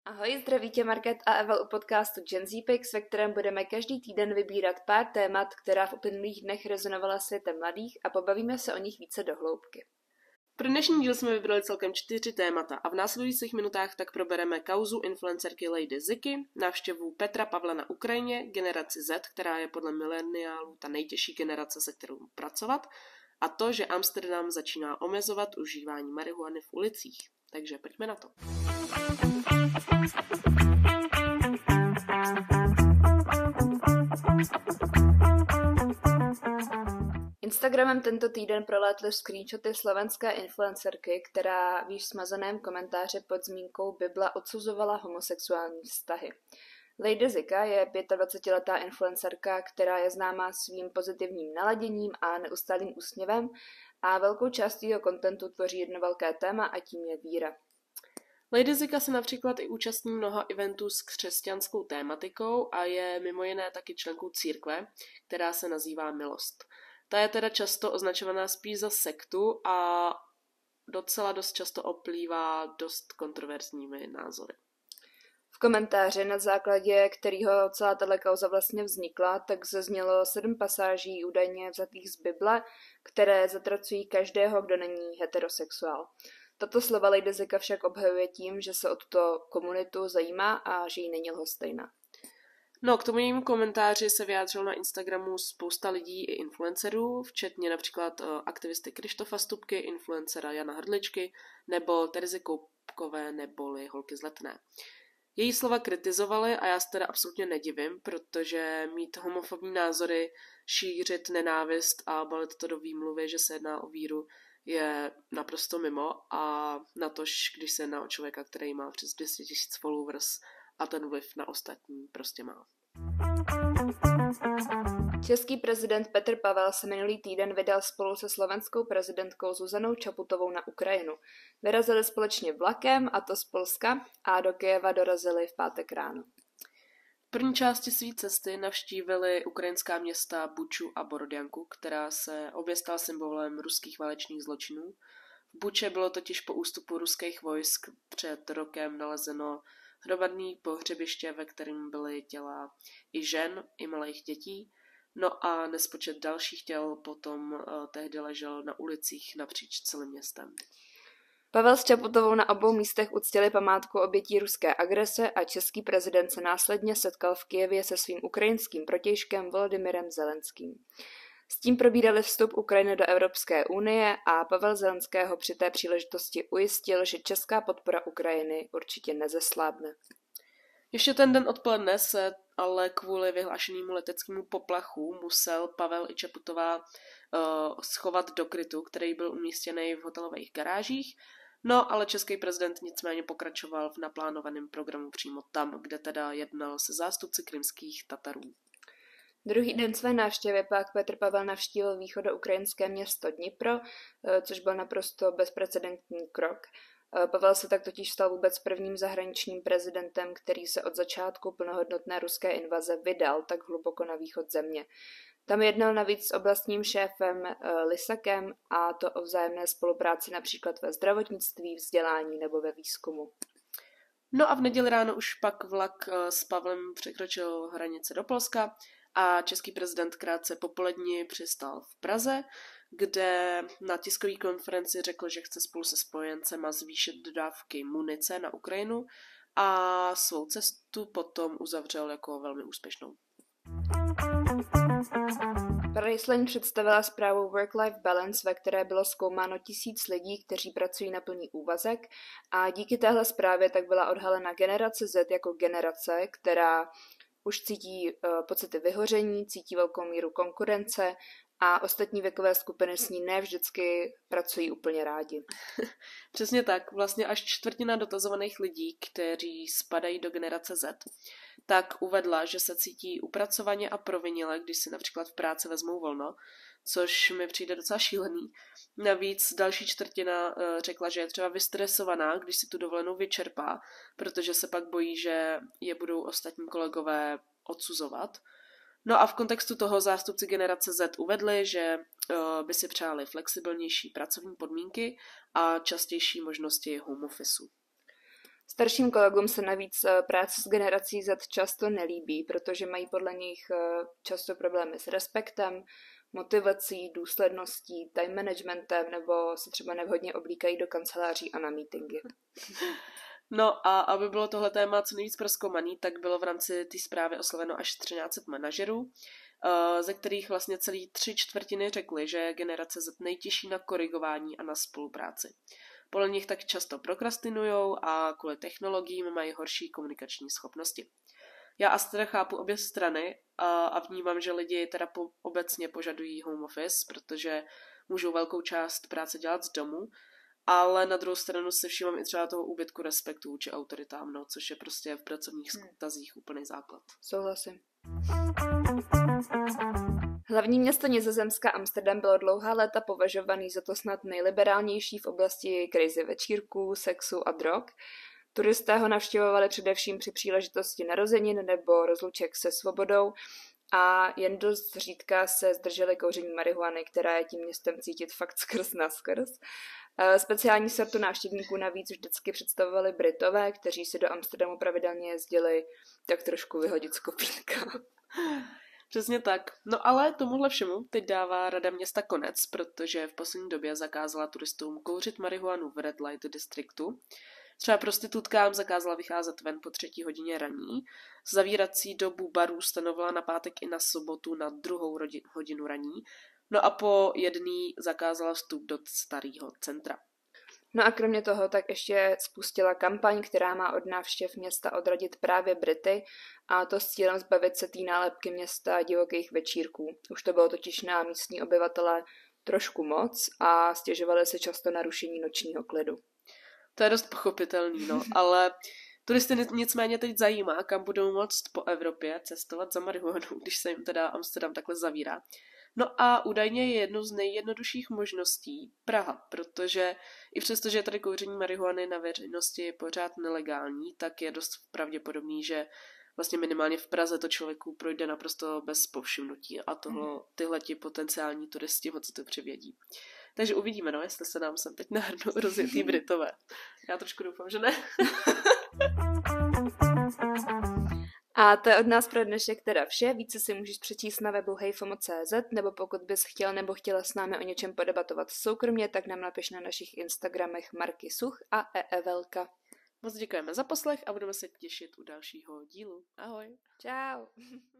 Ahoj, zdraví tě Market a Evel u podcastu Gen Z Picks, ve kterém budeme každý týden vybírat pár témat, která v uplynulých dnech rezonovala světem mladých a pobavíme se o nich více do hloubky. Pro dnešní díl jsme vybrali celkem 4 témata a v následujících minutách tak probereme kauzu influencerky Lady Ziky, návštěvu Petra Pavla na Ukrajině, generaci Z, která je podle mileniálů ta nejtěžší generace, se kterou pracovat, a to, že Amsterdam začíná omezovat užívání marihuany v ulicích. Takže pojďme na to. Instagramem tento týden prolétly screenshoty slovenské influencerky, která v již smazaném komentáři pod zmínkou Bible odsuzovala homosexuální vztahy. Lady Zika je 25letá influencerka, která je známá svým pozitivním naladěním a neustálým úsměvem a velkou část jeho kontentu tvoří jedno velké téma a tím je víra. Lady Zika se například i účastní mnoha eventů s křesťanskou tématikou a je mimo jiné taky členkou církve, která se nazývá Milost. Ta je teda často označovaná spíš za sektu a docela dost často oplývá dost kontroverzními názory. V komentáři, na základě kterého celá tato kauza vlastně vznikla, tak zaznělo 7 pasáží údajně vzatých z Bible, které zatracují každého, kdo není heterosexuál. Tato slova Lady Zika však obhajuje tím, že se o tuto komunitu zajímá a že jí není lhostejná. No, k tomu jejímu komentáři se vyjádřilo na Instagramu spousta lidí i influencerů, včetně například aktivisty Krištofa Stupky, influencera Jana Hrdličky nebo Terezy Koupkové neboli Holky z Letné. Její slova kritizovali a já se teda absolutně nedivím, protože mít homofobní názory, šířit nenávist a balit to do výmluvy, že se jedná o víru, je naprosto mimo a natož, když se jedná o člověka, který má přes 200 000 followers a ten vliv na ostatní prostě má. Český prezident Petr Pavel se minulý týden vydal spolu se slovenskou prezidentkou Zuzanou Čaputovou na Ukrajinu. Vyrazili společně vlakem, a to z Polska, a do Kyjeva dorazili v pátek ráno. V první části své cesty navštívili ukrajinská města Buču a Borodjanku, která se obě stala symbolem ruských válečných zločinů. V Buče bylo totiž po ústupu ruských vojsk před rokem nalezeno hromadné pohřebiště, ve kterém byly těla i žen, i malých dětí. No a nespočet dalších těl potom tehdy leželo na ulicích napříč celým městem. Pavel s Čaputovou na obou místech uctili památku obětí ruské agrese a český prezident se následně setkal v Kyjevě se svým ukrajinským protějškem Volodymyrem Zelenským. S tím probírali vstup Ukrajiny do Evropské unie a Pavel Zelenského při té příležitosti ujistil, že česká podpora Ukrajiny určitě nezeslábne. Ještě ten den odpoledne se ale kvůli vyhlášenému leteckému poplachu musel Pavel i Čaputová schovat do krytu, který byl umístěný v hotelových garážích. No, ale český prezident nicméně pokračoval v naplánovaném programu přímo tam, kde teda jednal se zástupci krymských Tatarů. Druhý den své návštěvy pak Petr Pavel navštívil východoukrajinské město Dnipro, což byl naprosto bezprecedentní krok. Pavel se tak totiž stal vůbec prvním zahraničním prezidentem, který se od začátku plnohodnotné ruské invaze vydal tak hluboko na východ země. Tam jednal navíc s oblastním šéfem Lisakem, a to o vzájemné spolupráci například ve zdravotnictví, vzdělání nebo ve výzkumu. No a v neděli ráno už pak vlak s Pavlem překročil hranice do Polska a český prezident krátce po poledni přistál v Praze, kde na tiskové konferenci řekl, že chce spolu se spojencema zvýšit dodávky munice na Ukrajinu a svou cestu potom uzavřel jako velmi úspěšnou. Priceline představila zprávu Work-Life Balance, ve které bylo zkoumáno 1000 lidí, kteří pracují na plný úvazek, a díky téhle zprávě tak byla odhalena generace Z jako generace, která už cítí pocity vyhoření, cítí velkou míru konkurence a ostatní věkové skupiny s ní ne vždycky pracují úplně rádi. Přesně tak, vlastně až čtvrtina dotazovaných lidí, kteří spadají do generace Z, tak uvedla, že se cítí upracovaně a provinile, když si například v práci vezmou volno, což mi přijde docela šílený. Navíc další čtvrtina řekla, že je třeba vystresovaná, když si tu dovolenou vyčerpá, protože se pak bojí, že je budou ostatní kolegové odsuzovat. No a v kontextu toho zástupci generace Z uvedli, že by si přáli flexibilnější pracovní podmínky a častější možnosti home officeu. Starším kolegům se navíc práce s generací Z často nelíbí, protože mají podle nich často problémy s respektem, motivací, důsledností, time managementem nebo se třeba nevhodně oblíkají do kanceláří a na meetingy. No a aby bylo tohle téma co nejvíc prozkoumaný, tak bylo v rámci té zprávy osloveno až 1300 manažerů, ze kterých vlastně celý 3/4 řekly, že je generace Z nejtěžší na korigování a na spolupráci. Podle nich tak často prokrastinujou a kvůli technologiím mají horší komunikační schopnosti. Já asi teda chápu obě strany a vnímám, že lidi teda obecně požadují home office, protože můžou velkou část práce dělat z domu, ale na druhou stranu se všímám i třeba toho úbytku respektu vůči autoritám, no, což je prostě v pracovních vztazích úplný základ. Souhlasím. Hlavní město Nizozemska Amsterdam bylo dlouhá léta považovaný za to snad nejliberálnější v oblasti crazy večírků, sexu a drog. Turisté ho navštěvovali především při příležitosti narozenin nebo rozluček se svobodou a jen dost zřídka se zdrželi kouření marihuany, která je tím městem cítit fakt skrz na skrz. Speciální sortu návštěvníků navíc vždycky představovali Britové, kteří si do Amsterdamu pravidelně jezdili tak trošku vyhodit z kopínka. Přesně tak. No ale tomuhle všemu teď dává Rada města konec, protože v poslední době zakázala turistům kouřit marihuanu v Red Light distriktu. Třeba prostitutkám zakázala vycházet ven po 3:00 raní. Zavírací dobu barů stanovila na pátek i na sobotu na 2:00 raní. No a po 1:00 zakázala vstup do starého centra. No a kromě toho tak ještě spustila kampaň, která má od návštěv města odradit právě Brity, a to s cílem zbavit se té nálepky města divokých večírků. Už to bylo totiž na místní obyvatele trošku moc a stěžovali se často na rušení nočního klidu. To je dost pochopitelný, no, ale turisty nicméně teď zajímá, kam budou moct po Evropě cestovat za marihuanou, když se jim teda Amsterdam takhle zavírá. No a údajně je jednou z nejjednodušších možností Praha, protože i přesto, že je tady kouření marihuany na veřejnosti pořád nelegální, tak je dost pravděpodobný, že vlastně minimálně v Praze to člověku projde naprosto bez povšimnutí a tyhleti potenciální turisti moc to přivědí. Takže uvidíme, no, jestli se nám sem teď nahrnou rozjetý Britové. Já trošku doufám, že ne. A to je od nás pro dnešek teda vše. Více si můžeš přečíst na webu hejfomo.cz, nebo pokud bys chtěl nebo chtěla s námi o něčem podebatovat soukromně, tak nám napiš na našich Instagramech Marky Such a Velka. Moc děkujeme za poslech a budeme se těšit u dalšího dílu. Ahoj. Čau.